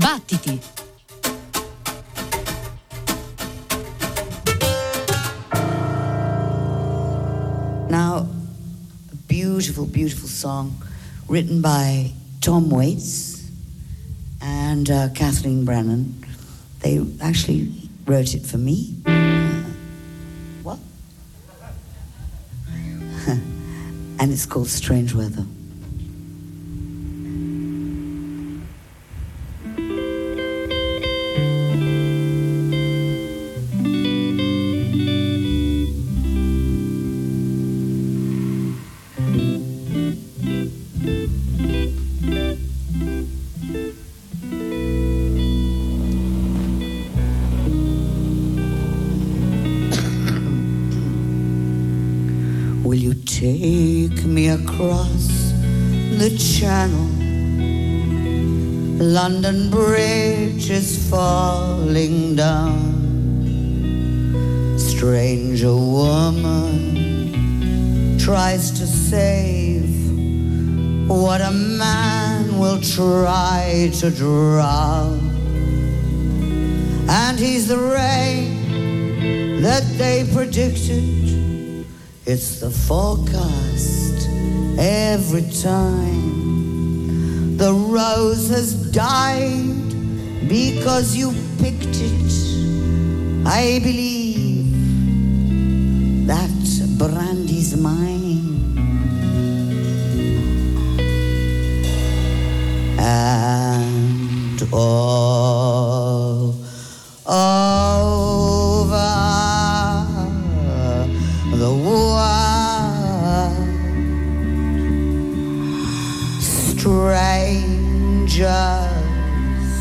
Battiti! Now, a beautiful, beautiful song written by Tom Waits and Kathleen Brennan. They actually wrote it for me. What? And it's called Strange Weather. Will you take me across the channel? London Bridge is falling down. Stranger woman tries to save what a man will try to drown. And he's the rain that they predicted. It's the forecast every time. The rose has died because you picked it. I believe that brandy's mine. And all over the world, strangers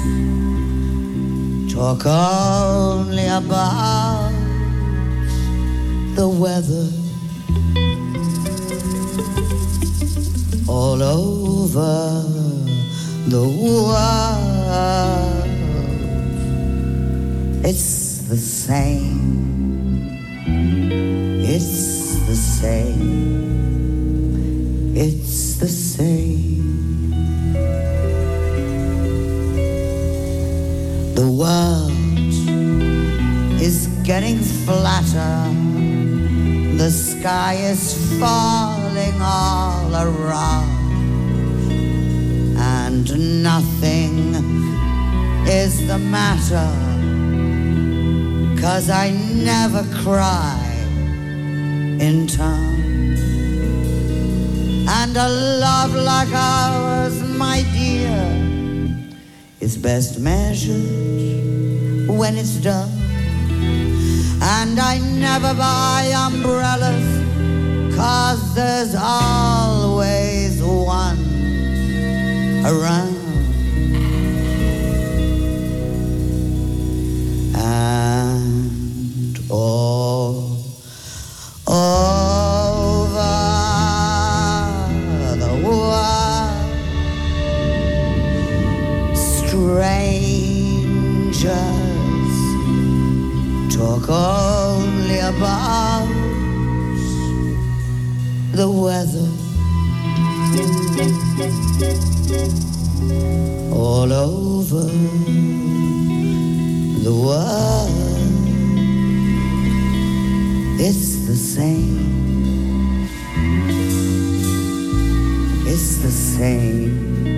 talk only about the weather. All over the world, it's the same. It's the same. It's the same. The world is getting flatter. The sky is falling all around. And nothing is the matter, 'cause I never cry in town. And a love like ours, my dear, is best measured when it's done. And I never buy umbrellas, 'cause there's always one around. And all over the world, strangers talk only about the weather. All over the world, it's the same. It's the same.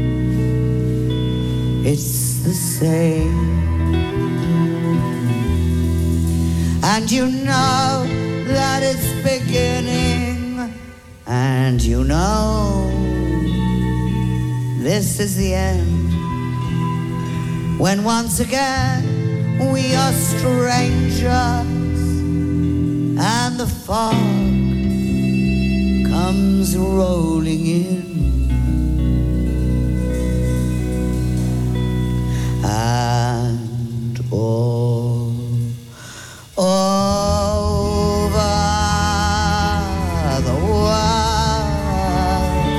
It's the same. And you know that it's beginning, and you know this is the end, when once again we are strangers and the fog comes rolling in. And all over the world,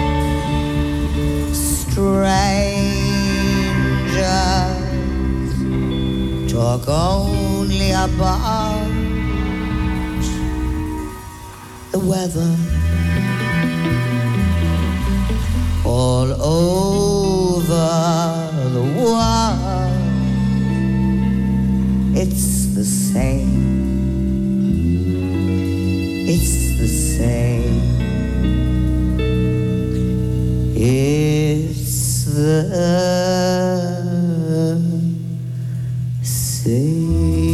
strangers talk only about the weather. All over the world, it's the same. It's the same. It's the same.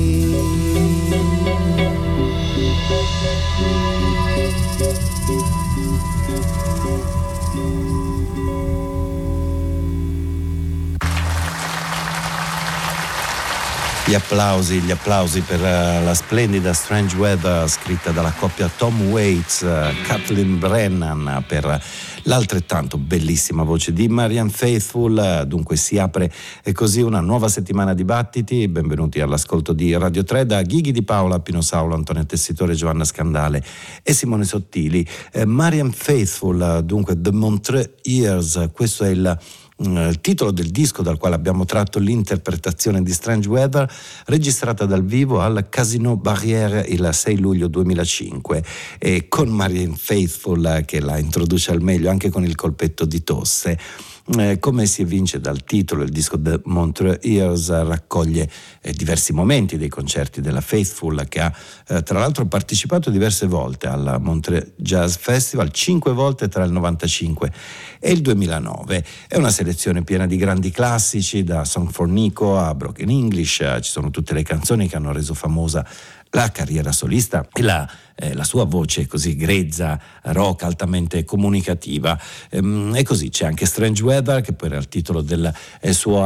Gli applausi per la splendida Strange Weather scritta dalla coppia Tom Waits, Kathleen Brennan, per l'altrettanto bellissima voce di Marianne Faithfull. Dunque si apre così una nuova settimana di battiti. Benvenuti all'ascolto di Radio 3 da Ghighi Di Paola, Pino Saulo, Antonio Tessitore, Giovanna Scandale e Simone Sottili. Marianne Faithfull, dunque The Montreux Years, questo è il titolo del disco dal quale abbiamo tratto l'interpretazione di Strange Weather, registrata dal vivo al Casino Barrière il 6 luglio 2005, e con Marianne Faithfull che la introduce al meglio anche con il colpetto di tosse. Come si evince dal titolo, il disco The Montreux Years raccoglie diversi momenti dei concerti della Faithfull, che ha tra l'altro partecipato diverse volte al Montreux Jazz Festival, 5 volte tra il 95 e il 2009. È una selezione piena di grandi classici, da Song for Nico a Broken English. Ci sono tutte le canzoni che hanno reso famosa la carriera solista e la sua voce così grezza, rock, altamente comunicativa. E così c'è anche Strange Weather, che poi era il titolo del suo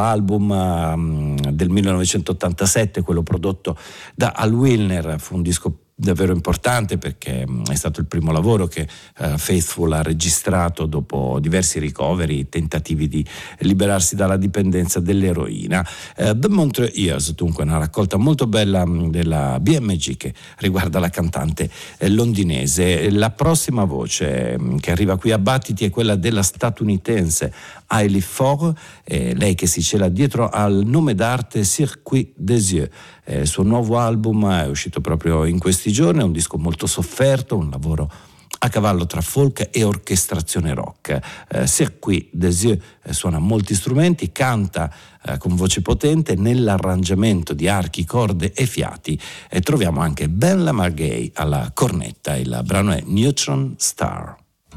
album del 1987, quello prodotto da Al Wilner. Fu un disco davvero importante perché è stato il primo lavoro che Faithfull ha registrato dopo diversi ricoveri, tentativi di liberarsi dalla dipendenza dell'eroina. The Montreux Years, dunque, è una raccolta molto bella della BMG che riguarda la cantante londinese. La prossima voce che arriva qui a battiti è quella della statunitense Hailey Ford, lei che si cela dietro al nome d'arte Circuit des Yeux. Il suo nuovo album è uscito proprio in questi giorni, è un disco molto sofferto, un lavoro a cavallo tra folk e orchestrazione rock. Circuit des Yeux suona molti strumenti, canta con voce potente, nell'arrangiamento di archi, corde e fiati troviamo anche Ben Lamar-Gay alla cornetta. Il brano è Neutron Star.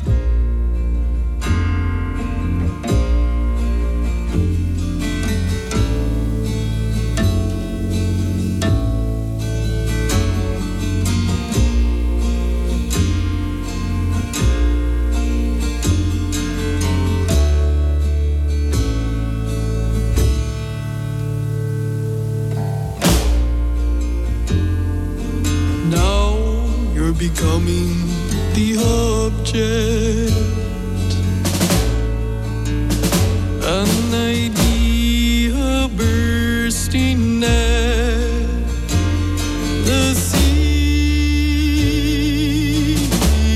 Becoming the object, an idea bursting at the seams.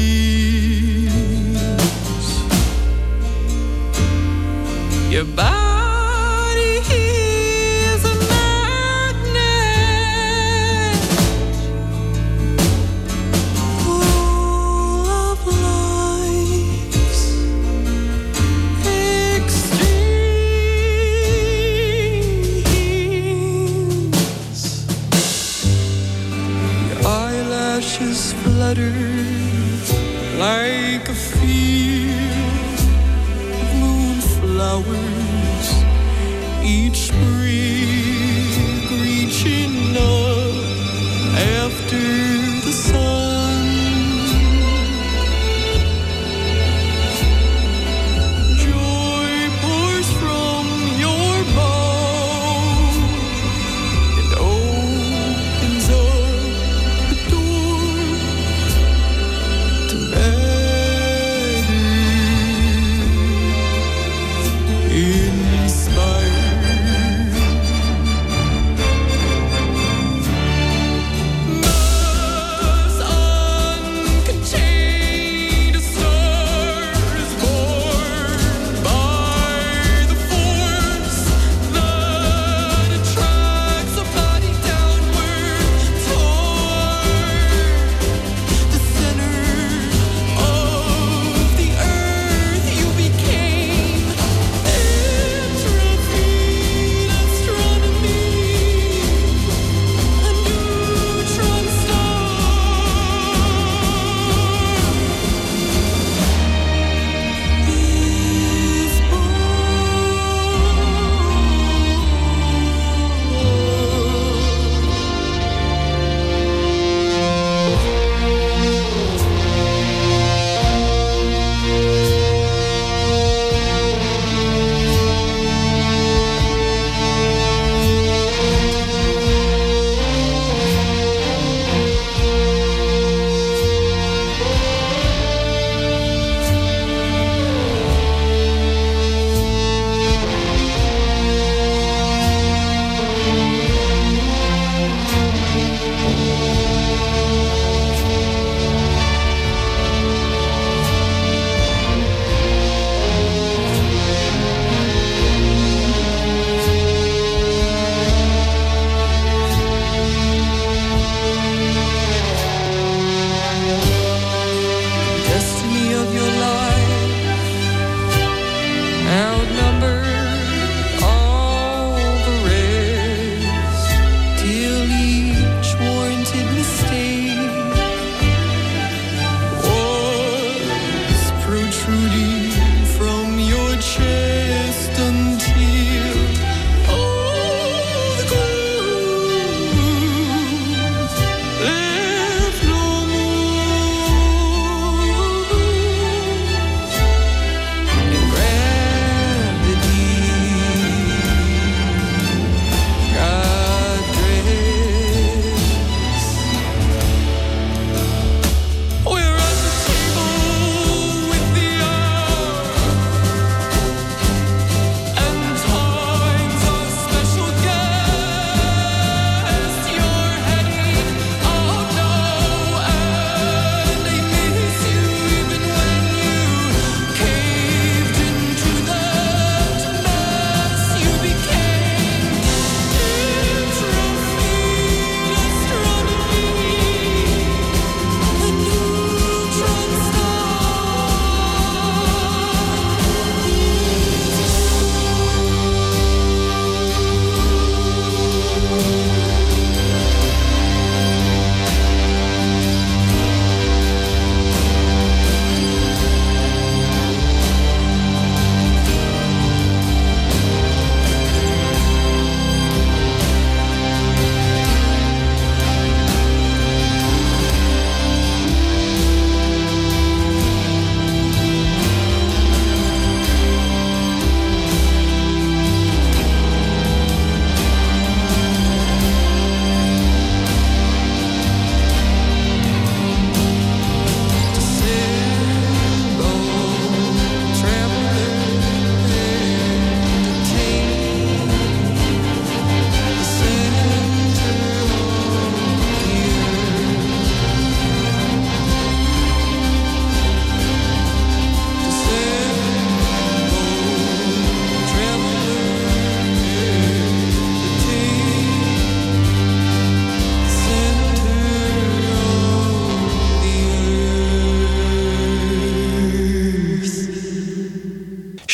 Your body is a magnet, full of life's extremes. Your eyelashes flutter like a field of moonflowers, each sprig reaching up after the sun. Joy pours from your bow and opens up the door to matter. Inspired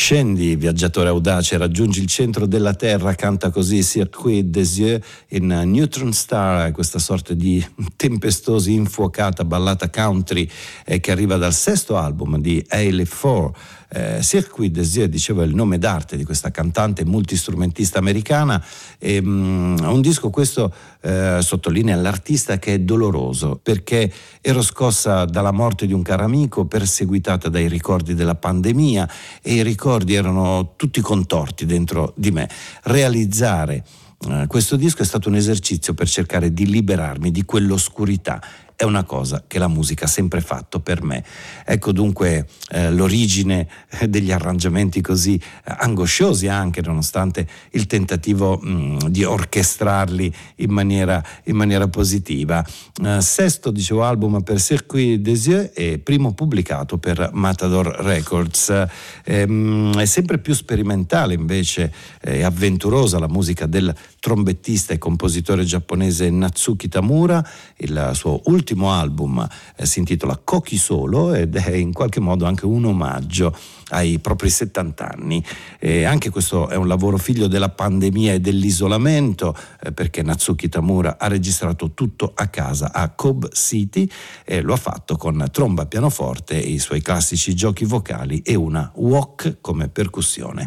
Scendi, viaggiatore audace, raggiungi il centro della Terra, canta così Circuit des Yeux in Neutron Star, questa sorta di tempestosa, infuocata ballata country che arriva dal sesto album di Hayley Four. Circuit des Yeux, dicevo, è il nome d'arte di questa cantante multistrumentista americana. Un disco, questo, sottolinea l'artista, che è doloroso, perché ero scossa dalla morte di un caro amico, perseguitata dai ricordi della pandemia, e i ricordi erano tutti contorti dentro di me. Realizzare questo disco è stato un esercizio per cercare di liberarmi di quell'oscurità. È una cosa che la musica ha sempre fatto per me. Ecco dunque l'origine degli arrangiamenti così angosciosi, anche nonostante il tentativo di orchestrarli in maniera positiva. Sesto, dicevo, album per Circuit des Yeux e primo pubblicato per Matador Records. È sempre più sperimentale invece e avventurosa la musica del trombettista e compositore giapponese Natsuki Tamura. Il suo ultimo album si intitola Koki Solo ed è in qualche modo anche un omaggio ai propri 70 anni. Anche questo è un lavoro figlio della pandemia e dell'isolamento, perché Natsuki Tamura ha registrato tutto a casa a Kobe City e lo ha fatto con tromba, pianoforte, i suoi classici giochi vocali e una wok come percussione.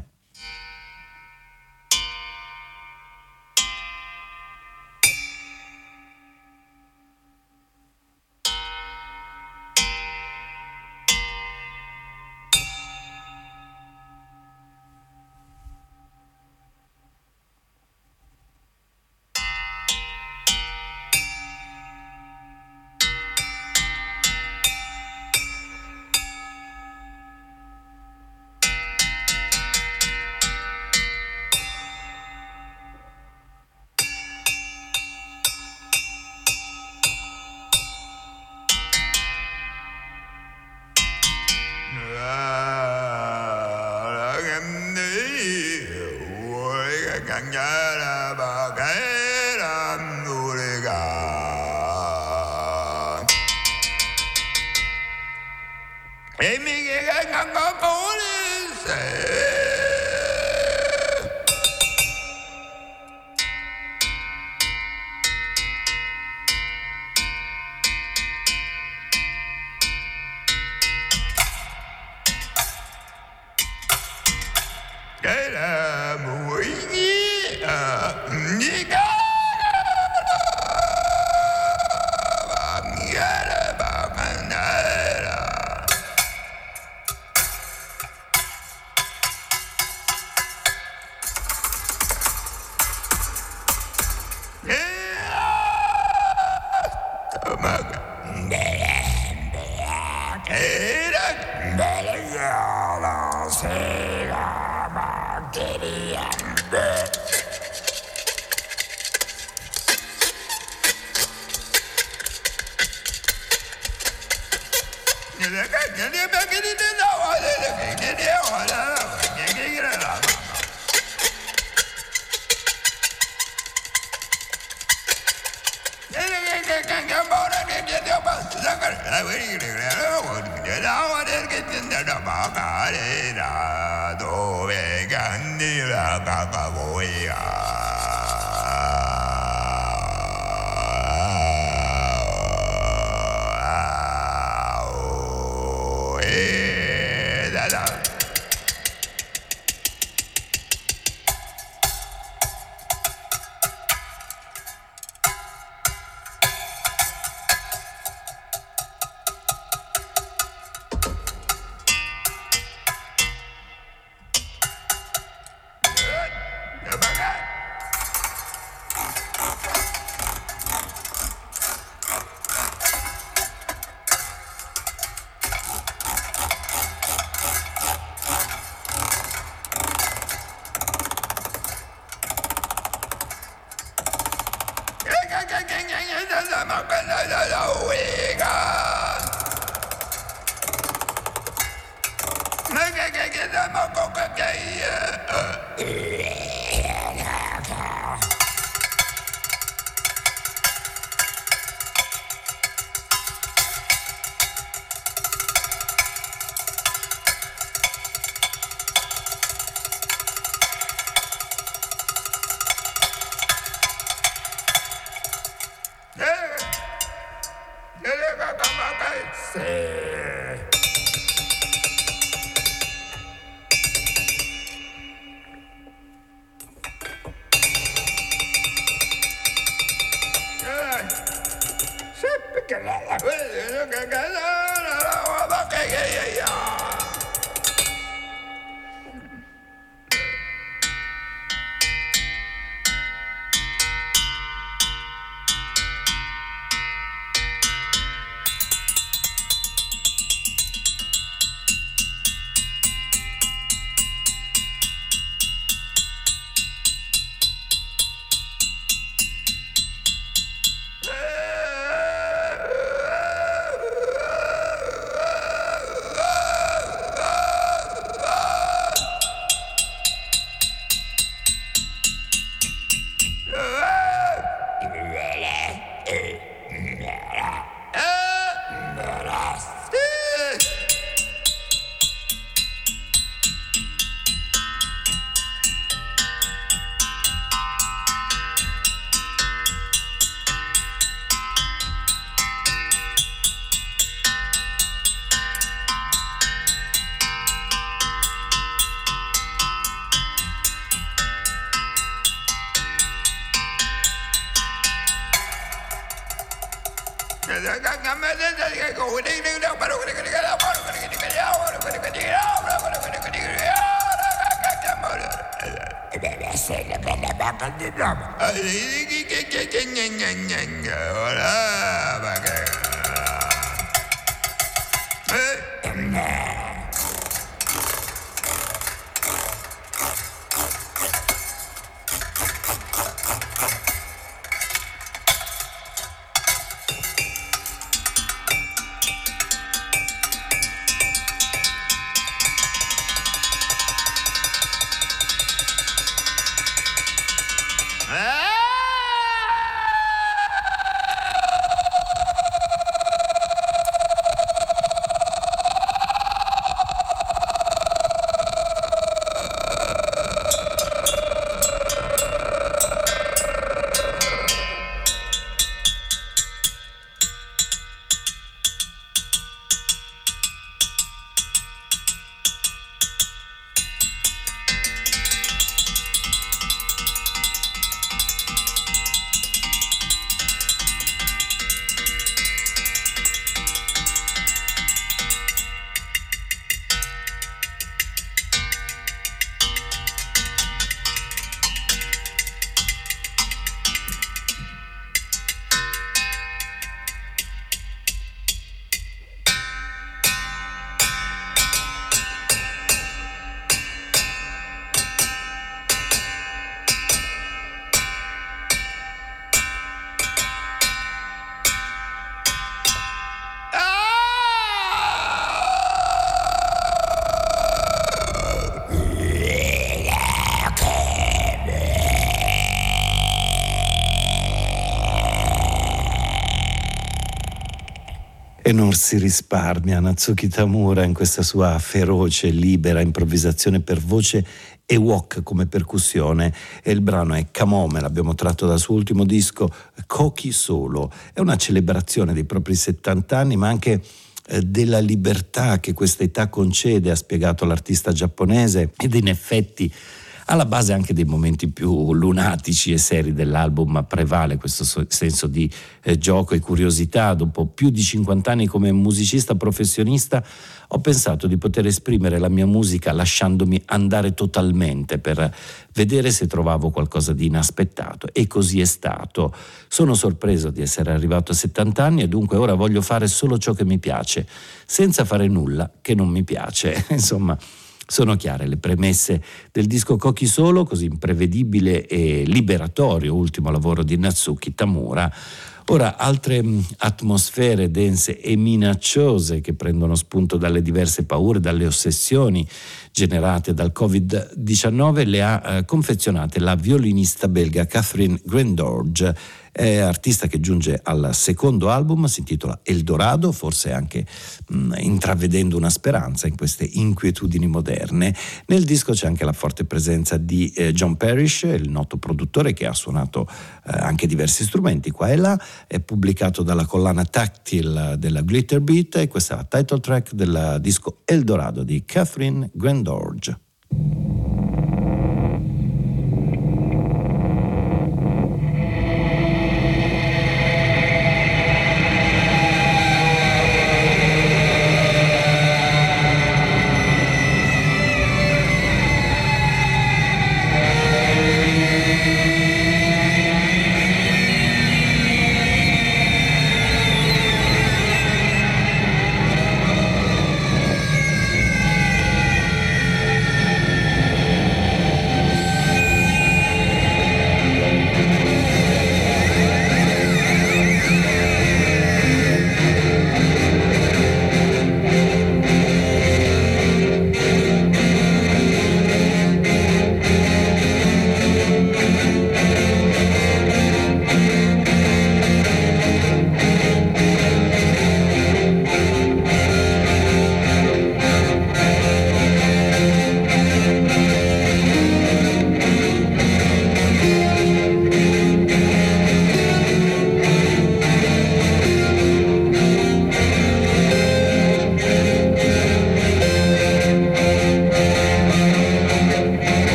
E non si risparmia Natsuki Tamura in questa sua feroce, libera improvvisazione per voce e wok come percussione, e il brano è Kamome, l'abbiamo tratto dal suo ultimo disco Koki Solo. È una celebrazione dei propri 70 anni, ma anche della libertà che questa età concede, ha spiegato l'artista giapponese, ed in effetti alla base anche dei momenti più lunatici e seri dell'album prevale questo senso di gioco e curiosità. Dopo più di 50 anni come musicista professionista ho pensato di poter esprimere la mia musica lasciandomi andare totalmente per vedere se trovavo qualcosa di inaspettato, e così è stato. Sono sorpreso di essere arrivato a 70 anni e dunque ora voglio fare solo ciò che mi piace, senza fare nulla che non mi piace. Insomma, sono chiare le premesse del disco Koki Solo, così imprevedibile e liberatorio ultimo lavoro di Natsuki Tamura. Ora, altre atmosfere dense e minacciose che prendono spunto dalle diverse paure, dalle ossessioni generate dal Covid-19 le ha confezionate la violinista belga Catherine Grandorge, artista che giunge al secondo album, si intitola Eldorado, forse anche intravedendo una speranza in queste inquietudini moderne. Nel disco c'è anche la forte presenza di John Parrish, il noto produttore che ha suonato anche diversi strumenti qua e là. È pubblicato dalla collana Tactile della Glitter Beat, e questa è la title track del disco Eldorado di Catherine Grandorge.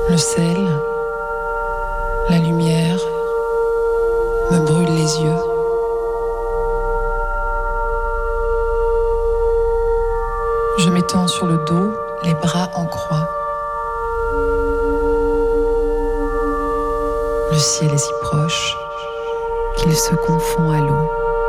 Le sel, la lumière me brûle les yeux. Je m'étends sur le dos, les bras en croix. Le ciel est si proche qu'il se confond à l'eau.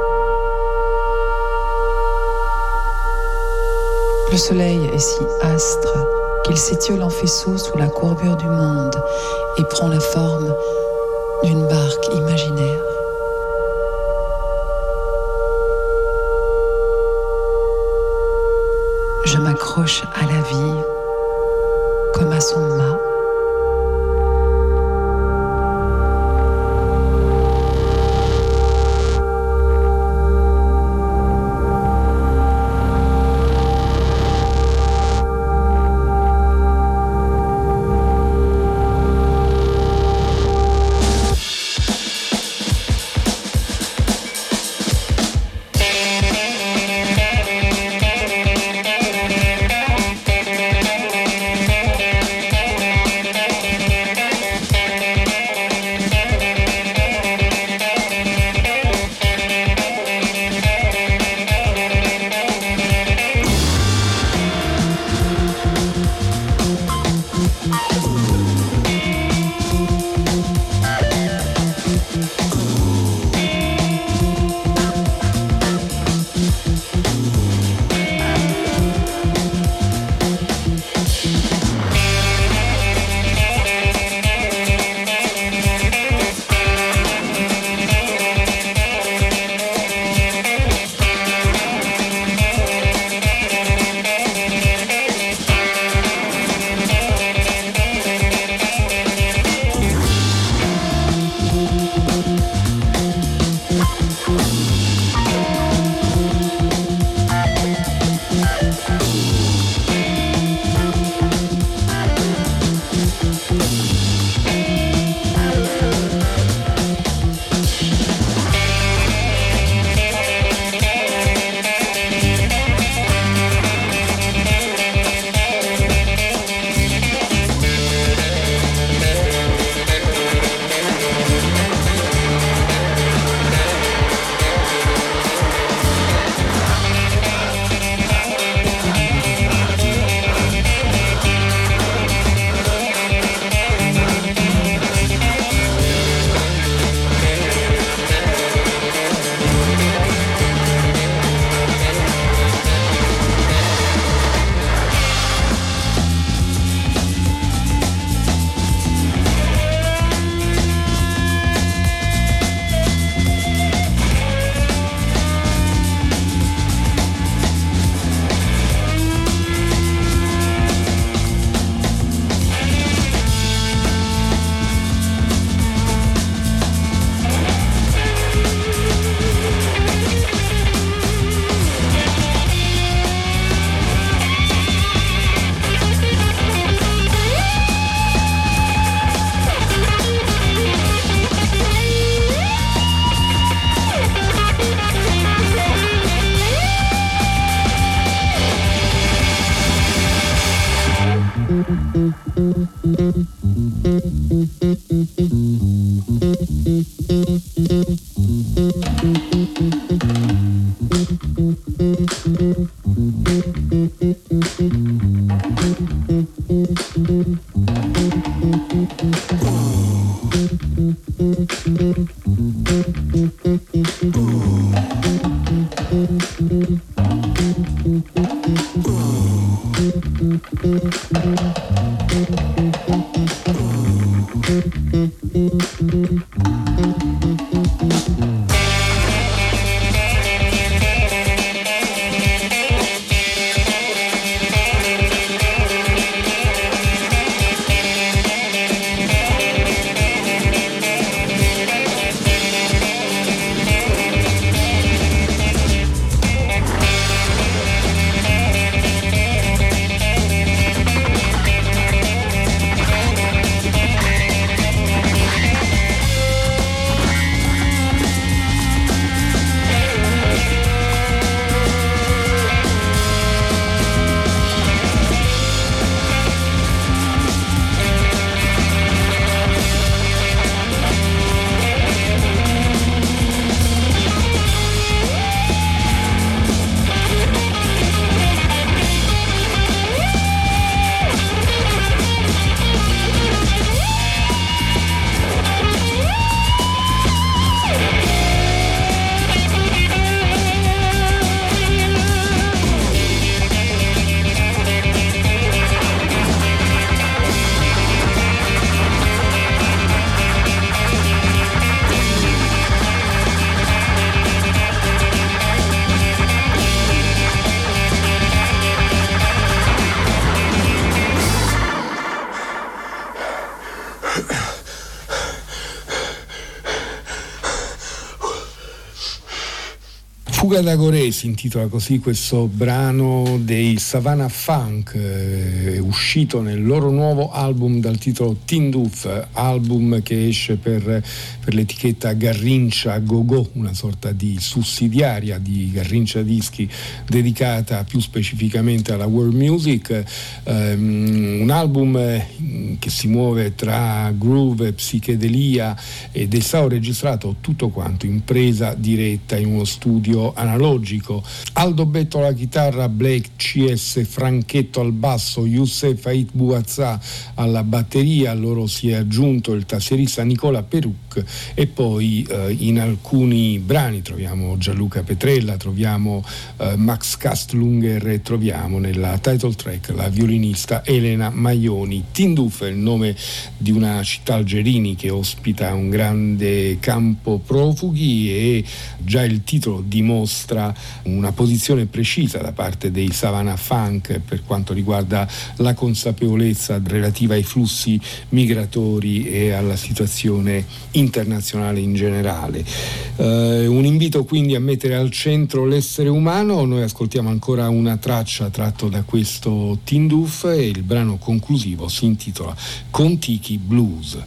Le soleil est si astre qu'il s'étiole en faisceau sous la courbure du monde et prend la forme d'une barque imaginaire. Je m'accroche à la vie comme à son mât. Fuga da Gorée si intitola così questo brano dei Savannah Funk, uscito nel loro nuovo album dal titolo Tindouf, album che esce per l'etichetta Garrincia Go-Go, una sorta di sussidiaria di Garrincia Dischi dedicata più specificamente alla world music, un album che si muove tra groove e psichedelia ed è stato registrato tutto quanto in presa diretta in uno studio analogico. Aldo Betto alla chitarra, Blake CS Franchetto al basso, Youssef Ait Bouazza alla batteria, a loro si è aggiunto il tastierista Nicola Peruc e poi in alcuni brani troviamo Gianluca Petrella, troviamo Max Kastlunger e troviamo nella title track la violinista Elena Maioni. Tindouf è il nome di una città algerini che ospita un grande campo profughi e già il titolo dimostra una posizione precisa da parte dei Savannah Funk per quanto riguarda la consapevolezza relativa ai flussi migratori e alla situazione internazionale in generale. Un invito quindi a mettere al centro l'essere umano. Noi ascoltiamo ancora una traccia tratto da questo Tindouf e il brano conclusivo si intitola Contiki Blues.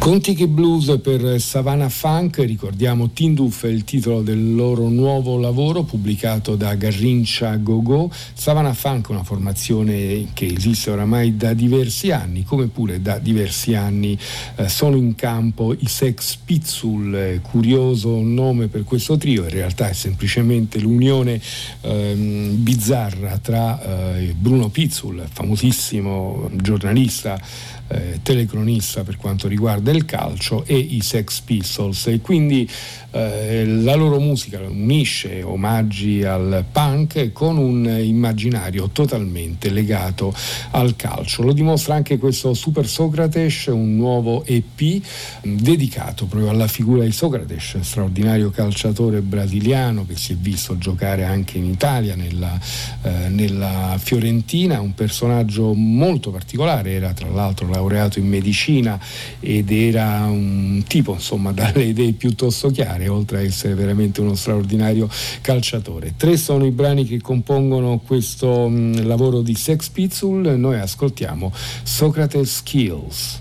Contiki Blues per Savannah Funk. Ricordiamo Tindouf è il titolo del loro nuovo lavoro pubblicato da Garrincia Go-Go. Savannah Funk è una formazione che esiste oramai da diversi anni, come pure da diversi anni sono in campo i Sex Pizzul. Curioso nome per questo trio, in realtà è semplicemente l'unione bizzarra tra Bruno Pizzul, famosissimo giornalista, telecronista per quanto riguarda il calcio, e i Sex Pistols, e quindi la loro musica unisce omaggi al punk con un immaginario totalmente legato al calcio. Lo dimostra anche questo Super Socrates, un nuovo EP dedicato proprio alla figura di Socrates, straordinario calciatore brasiliano che si è visto giocare anche in Italia, nella Fiorentina, un personaggio molto particolare. Era tra l'altro laureato in medicina ed era un tipo insomma dalle idee piuttosto chiare, oltre a essere veramente uno straordinario calciatore. 3 sono i brani che compongono questo lavoro di Sex Pizzul. Noi ascoltiamo Socrates Skills.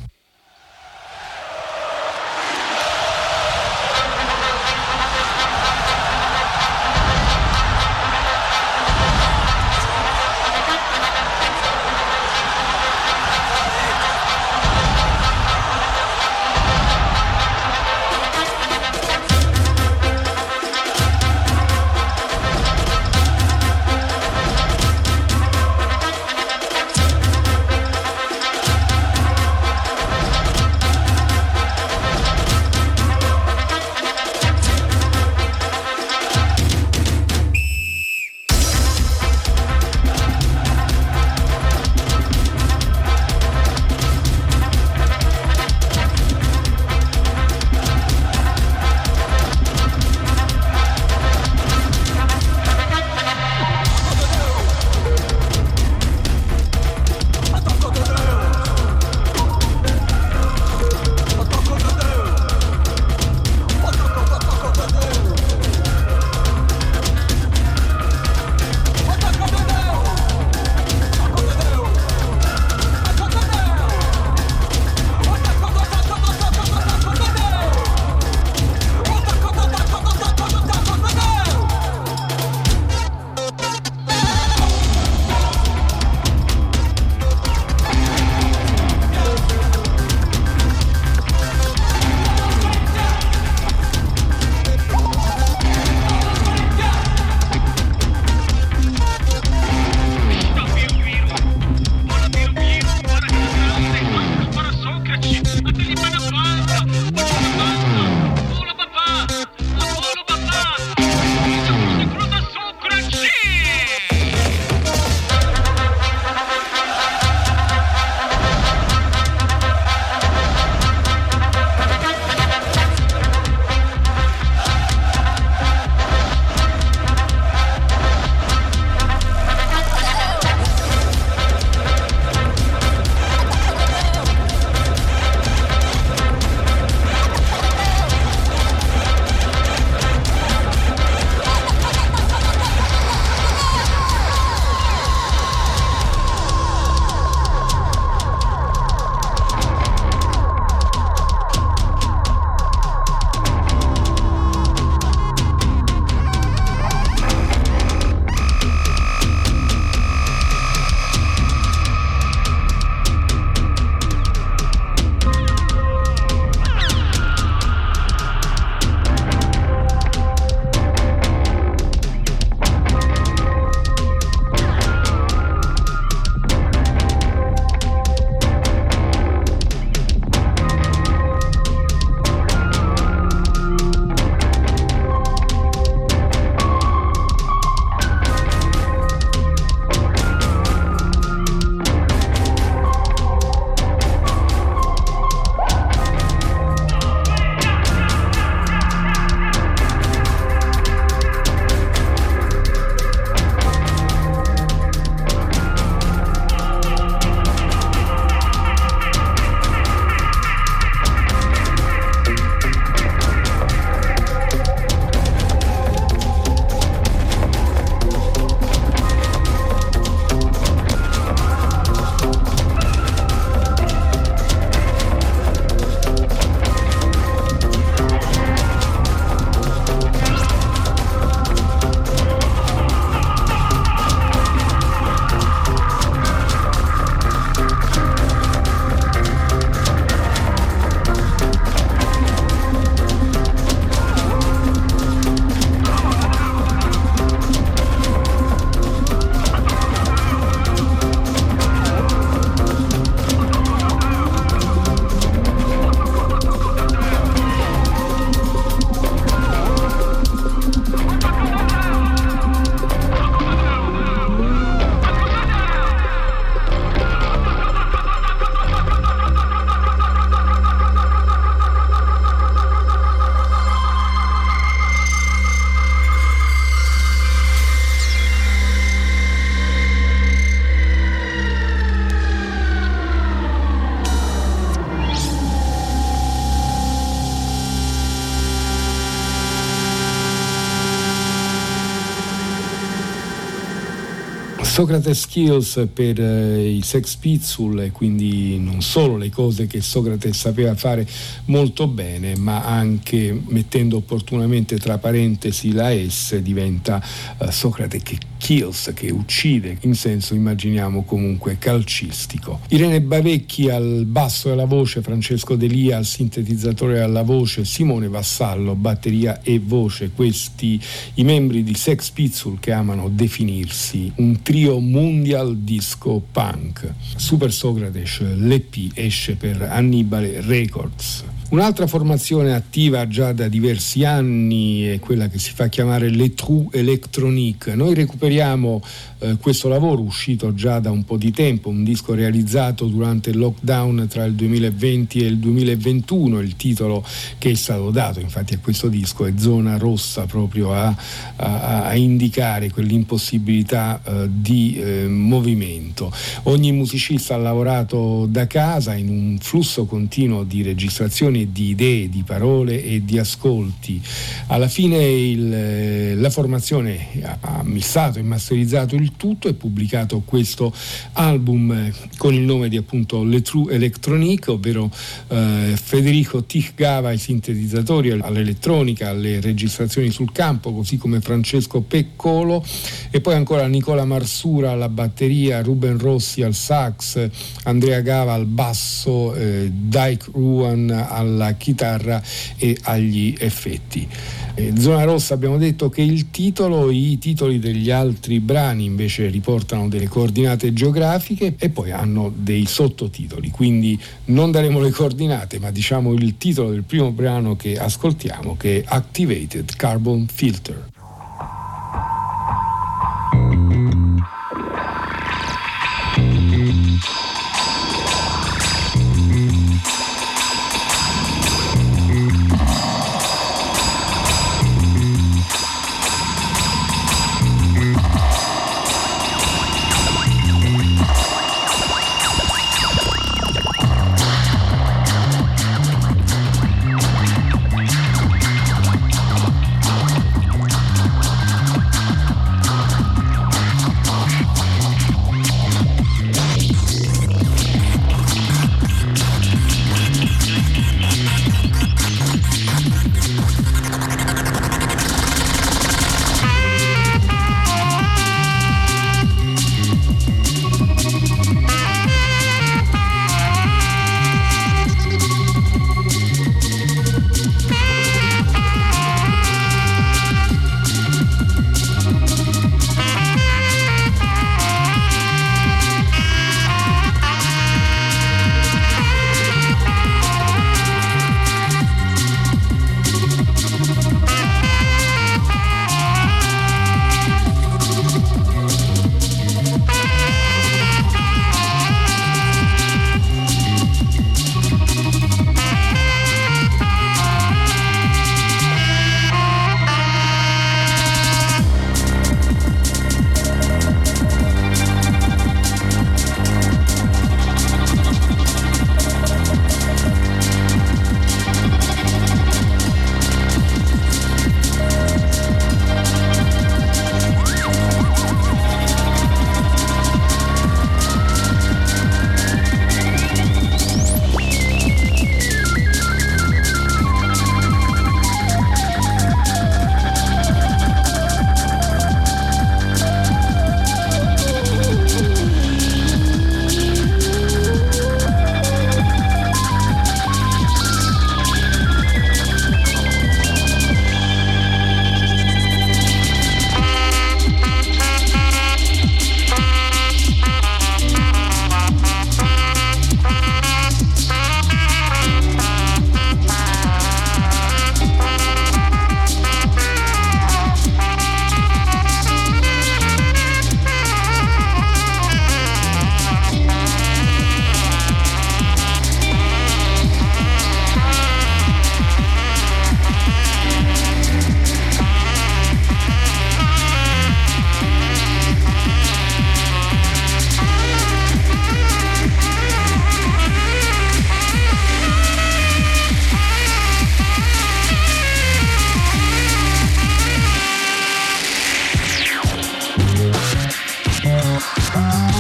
Socrates Skills per i Sex Pistols, e quindi non solo le cose che Socrate sapeva fare molto bene, ma anche mettendo opportunamente tra parentesi la S diventa Socrate che kills, che uccide, in senso immaginiamo comunque calcistico. Irene Bavecchi al basso e alla voce, Francesco Delia al sintetizzatore e alla voce, Simone Vassallo batteria e voce, questi i membri di Sex Pistols che amano definirsi un trio mundial disco punk. Super Socrates, l'EP esce per Annibale Records. Un'altra formazione attiva già da diversi anni è quella che si fa chiamare Les Trous Electroniques. Noi recuperiamo questo lavoro uscito già da un po' di tempo, un disco realizzato durante il lockdown tra il 2020 e il 2021. Il titolo che è stato dato infatti a questo disco è Zona Rossa, proprio a indicare quell'impossibilità di movimento. Ogni musicista ha lavorato da casa in un flusso continuo di registrazioni, di idee, di parole e di ascolti. Alla fine la formazione ha missato e masterizzato il tutto e pubblicato questo album con il nome di appunto Les Trous Electroniques, ovvero Federico Tichgava ai sintetizzatori, all'elettronica, alle registrazioni sul campo, così come Francesco Peccolo, e poi ancora Nicola Marsura alla batteria, Ruben Rossi al sax, Andrea Gava al basso, Dyke Ruan alla chitarra e agli effetti. Zona Rossa, abbiamo detto che i titoli degli altri brani invece riportano delle coordinate geografiche e poi hanno dei sottotitoli, quindi non daremo le coordinate ma diciamo il titolo del primo brano che ascoltiamo, che è Activated Carbon Filter.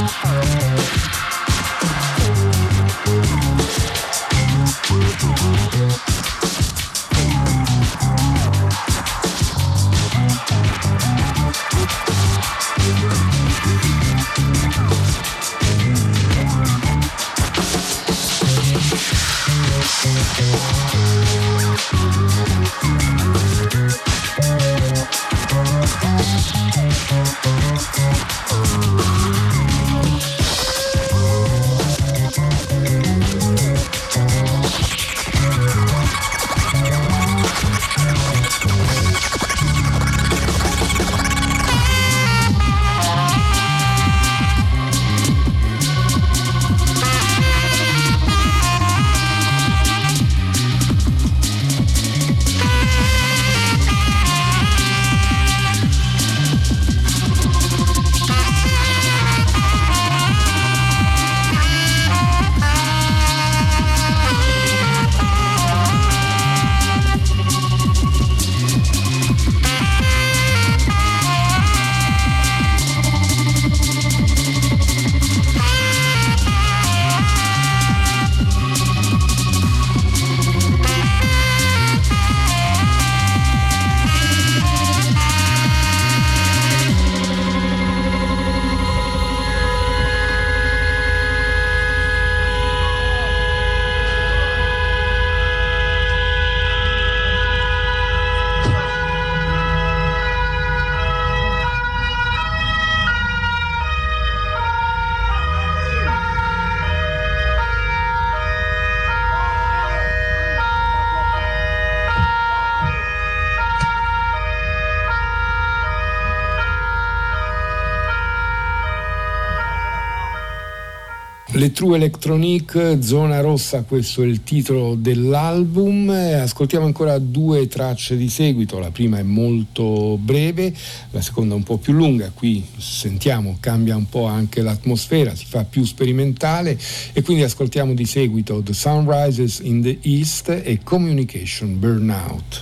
Le True Electronic, Zona Rossa, questo è il titolo dell'album. Ascoltiamo ancora due tracce di seguito, la prima è molto breve, la seconda un po' più lunga. Qui sentiamo, cambia un po' anche l'atmosfera, si fa più sperimentale, e quindi ascoltiamo di seguito The Sun Rises in the East e Communication Burnout.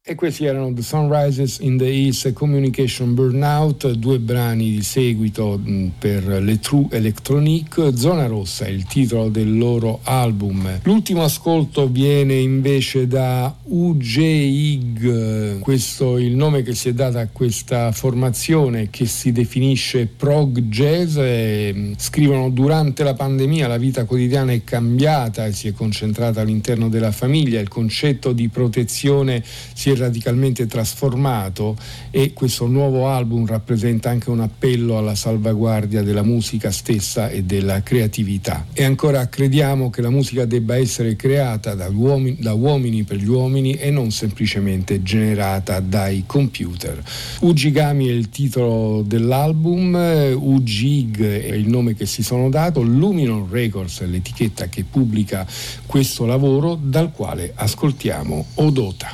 E questi erano The Sunrises in the East e Communication Burnout, due brani di seguito per le True Electronic. Zona Rossa è il titolo del loro album. L'ultimo ascolto viene invece da UJIG, questo è il nome che si è dato a questa formazione che si definisce prog jazz. Scrivono: durante la pandemia la vita quotidiana è cambiata e si è concentrata all'interno della famiglia, il concetto di protezione si è radicalmente trasformato e questo nuovo album rappresenta anche un appello alla salvaguardia della musica stessa e della creatività. E ancora, crediamo che la musica debba essere creata da uomini per gli uomini e non semplicemente generata dai computer. Ujigami è il titolo dell'album, Ujig è il nome che si sono dato, Luminol Records è l'etichetta che pubblica questo lavoro, dal quale ascoltiamo Odota.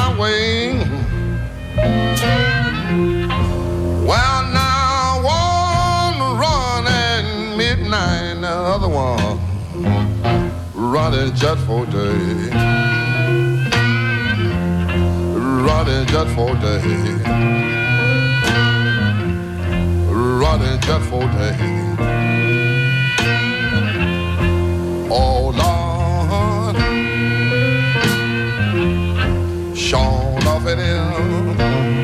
my way. Well, now one running midnight, the other one running just for day. Running just for day. Running just for day. Oh Lord, sure enough it is.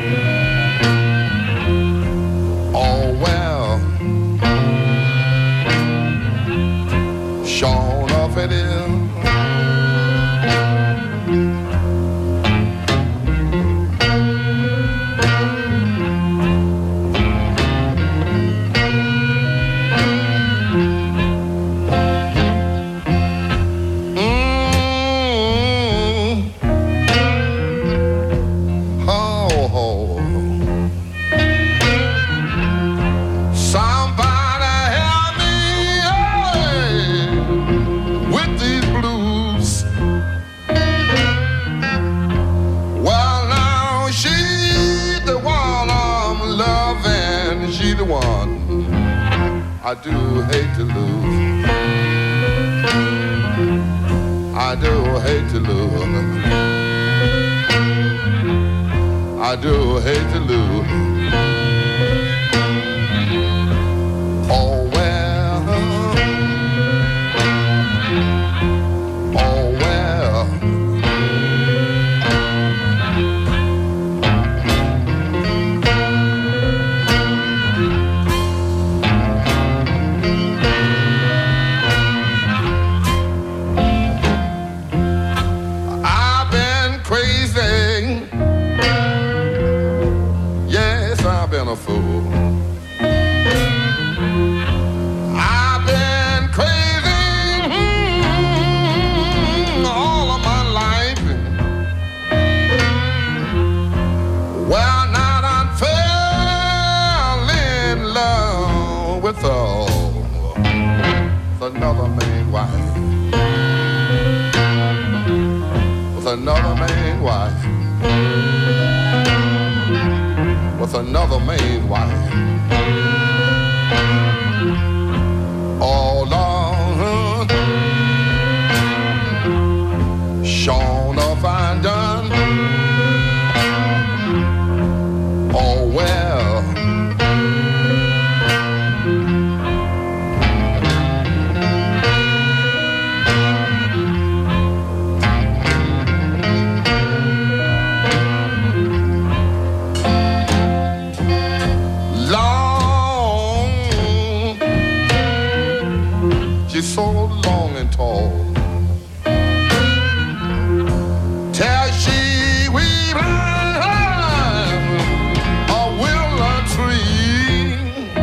Oh well, sure enough it is. I do hate to lose. I do hate to lose. I do hate to lose. Oh well. Oh well. A fool. I've been crazy all of my life. Well, now I fell in love with another man's wife. With another man's wife. With another man's wife. Oh Lord, sure enough I done. Oh well. She's so long and tall. Till she weaves a willow tree.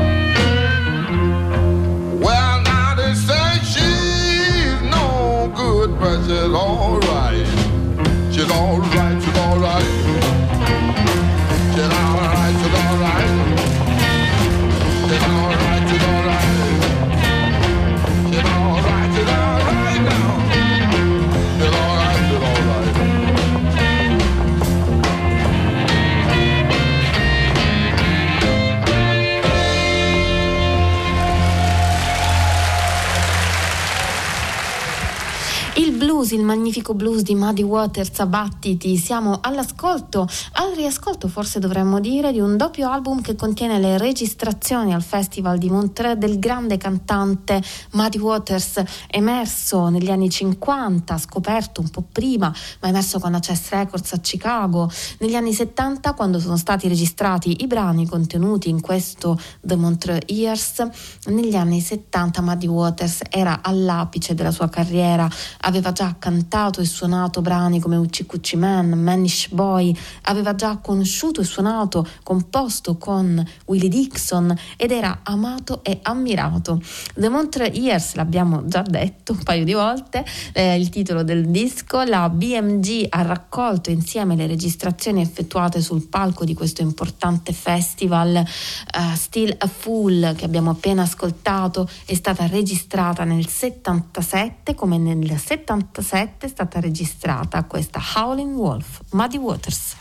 Well, now they say she's no good, but she's all right. She's all right, she's all right. She's all right, she's all right. She's all right, she's all right. It's all right, it's all right now. It's all right, it's all right. Il blues, il magnifico blues di Muddy Waters a battiti. Siamo all'ascolto, al riascolto forse dovremmo dire, di un doppio album che contiene le registrazioni al Festival di Montreux del grande cantante Muddy Waters, emerso negli anni 50, scoperto un po' prima, ma emerso con la Chess Records a Chicago negli anni 70, quando sono stati registrati i brani contenuti in questo The Montreux Years. Negli anni 70 Muddy Waters era all'apice della sua carriera, aveva già cantato e suonato brani come Ucci Cucci Man, Manish Boy, aveva già conosciuto e suonato, composto con Willie Dixon ed era amato e ammirato. The Montreux Years, l'abbiamo già detto un paio di volte, il titolo del disco. La BMG ha raccolto insieme le registrazioni effettuate sul palco di questo importante festival. Still a Fool, che abbiamo appena ascoltato, è stata registrata nel 77, come nel 77 1967 è stata registrata questa Howling Wolf, Muddy Waters.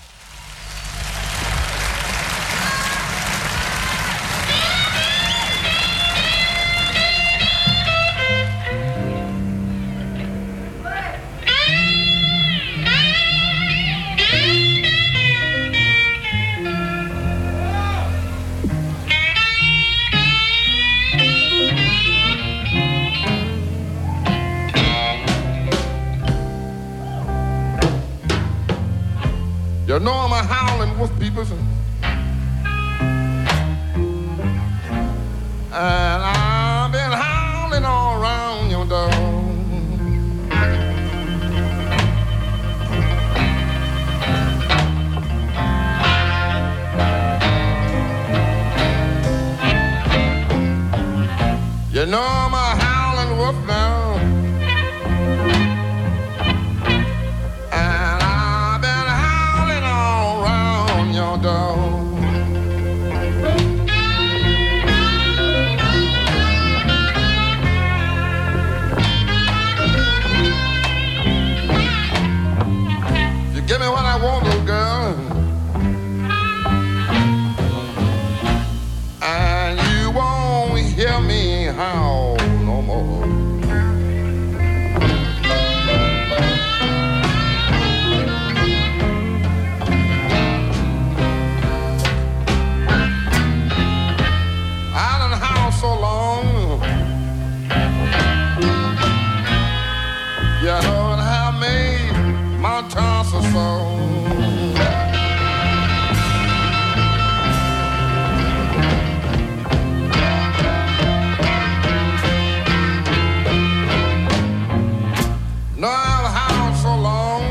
You know I'm a howling wolf, people, and I've been howling all around your door. You know I'm a howling wolf now. Give me what I want, little girl, and you won't hear me howl no more. I done howled so long, you know what I made my tonsils so. No, I've howled so long.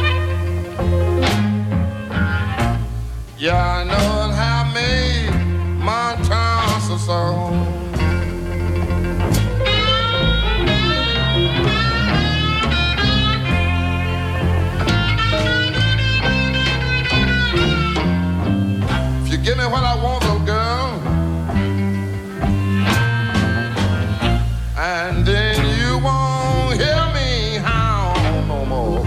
Yeah, I know it have made my tonsils so. Give me what I want, little girl, and then you won't hear me howl no more.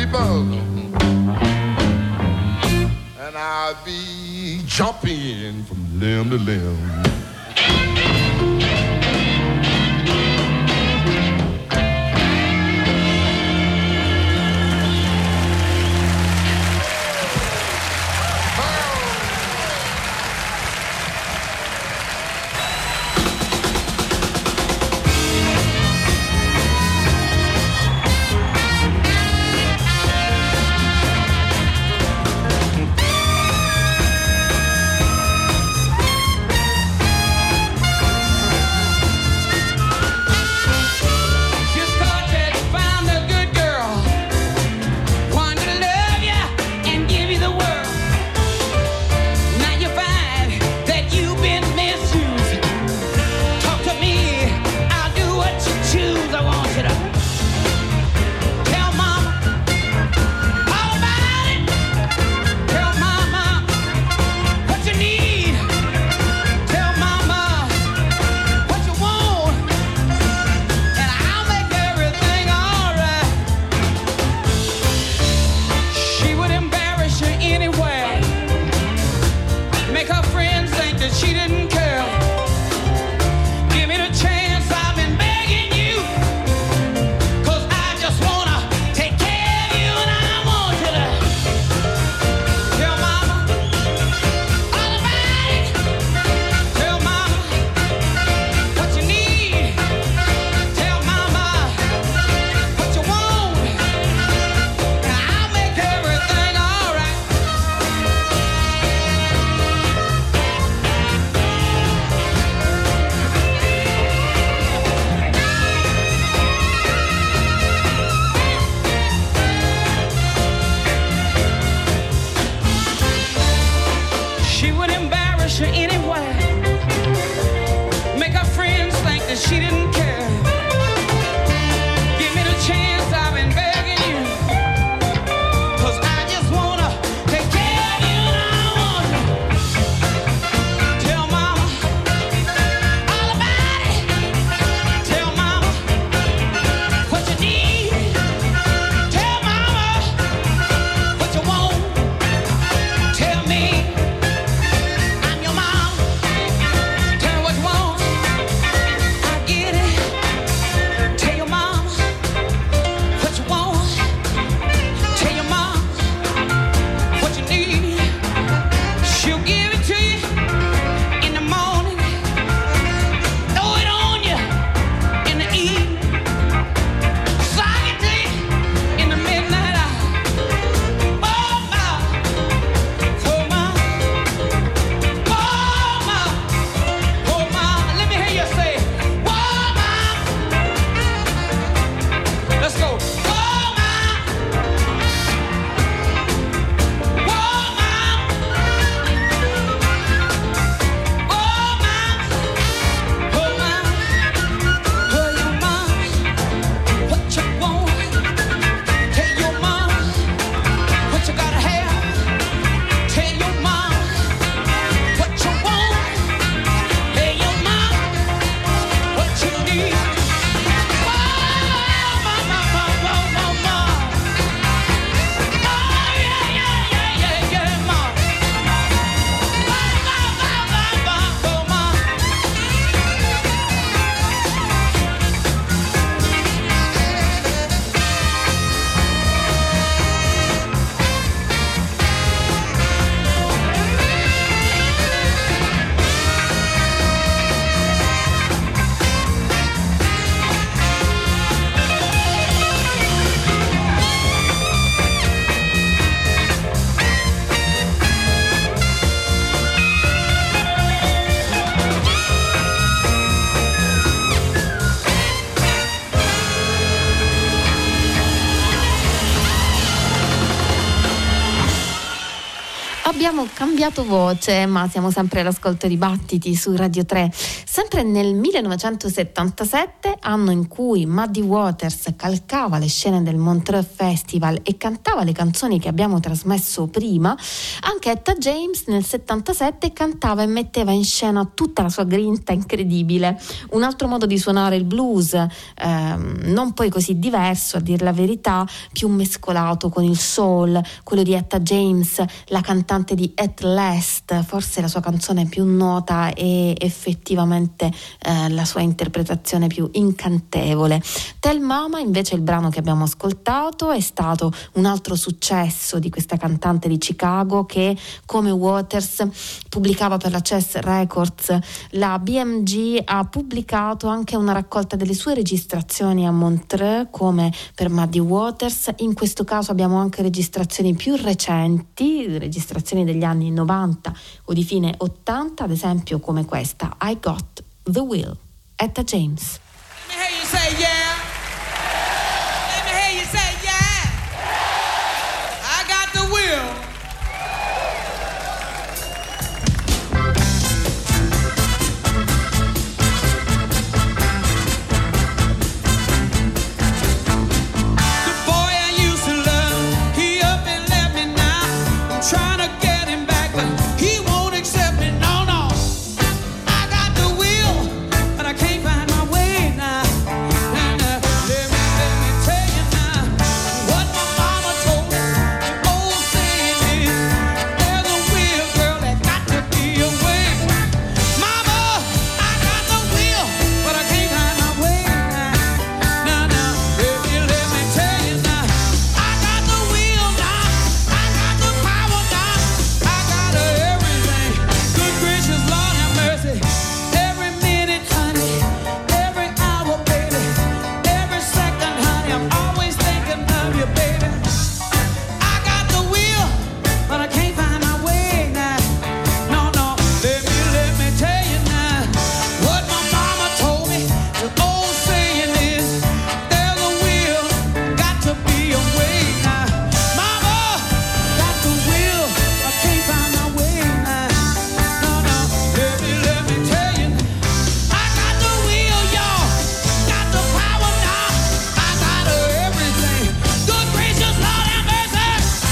people, and I'll be jumping from limb to limb. Abbiamo cambiato voce, ma siamo sempre all'ascolto di Battiti su Radio 3. Sempre nel 1977, anno in cui Muddy Waters calcava le scene del Montreux Festival e cantava le canzoni che abbiamo trasmesso prima, anche Etta James nel 77 cantava e metteva in scena tutta la sua grinta incredibile. Un altro modo di suonare il blues, non poi così diverso, a dir la verità, più mescolato con il soul, quello di Etta James, la cantante di At Last, forse la sua canzone più nota e effettivamente la sua interpretazione più incantevole. Tell Mama, invece, il brano che abbiamo ascoltato, è stato un altro successo di questa cantante di Chicago che, come Waters, pubblicava per la Chess Records. La BMG ha pubblicato anche una raccolta delle sue registrazioni a Montreux, come per Muddy Waters. In questo caso abbiamo anche registrazioni più recenti, registrazioni degli anni 90 o di fine 80, ad esempio come questa, I Got the Will, Etta James. Let me hear you say yeah. Let me hear you say yeah. I got the will. Trying to get him back, but he won't accept me. No, no. I got the will, but I can't find my way now. And let me tell you now what my mama told me. The old saying is, there's a will, girl, that got to be a way. Mama, I got the will, but I can't find my way now. Now, now, let me tell you now. I got the will now. I got the power. I got everything. Good gracious, Lord have mercy. Every minute, honey, every hour, baby, every second, honey, I'm always thinking of you, baby. I got the will, but I can't find my way now. No, no, let me tell you now what my mama told me. The old saying is, there's a will, got to be a way now. Mama, got the will, I can't find my way now. No, no, let me tell you. I got the will, y'all. Got the power now. I got everything. Good gracious, Lord have mercy.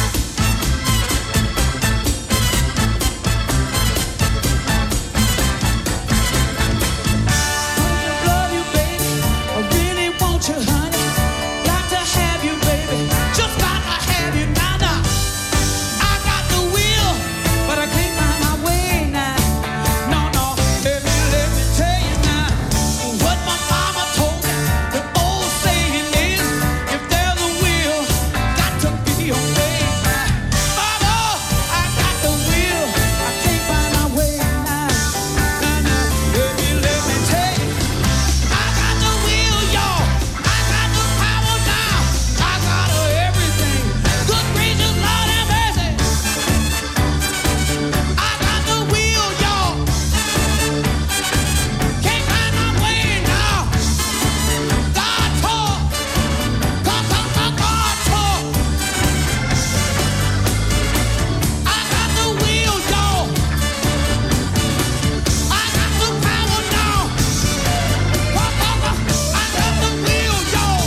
Love you, baby. I really want you, honey. Got to have you, baby. Just got to have you now, now. I got the will, but I can't find my way now. No, no, let me tell you now what my mama told me. The old saying is, if there's a will, got to be a way now. Mama, I got the will, I can't find my way now. Now, now, let me tell you. I got the will, y'all. I got the power now. I got everything. Good gracious, Lord have mercy. I got the will, y'all. Can't find my way now. God talk. God talk. I got the will, y'all. I got the power now. I got the will, y'all.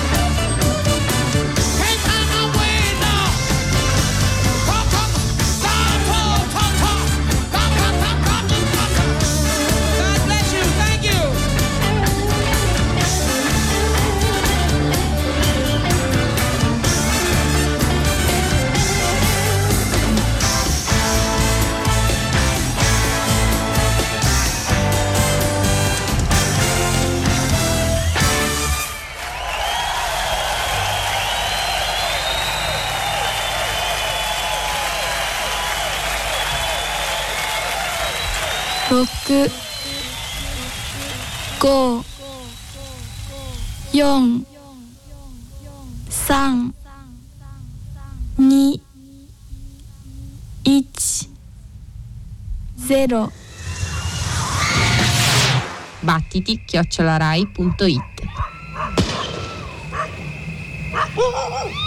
Can't find my way now. God talk. God bless you. Thank you. Rock 5 4 3 2 1 0 Battiti@rai.it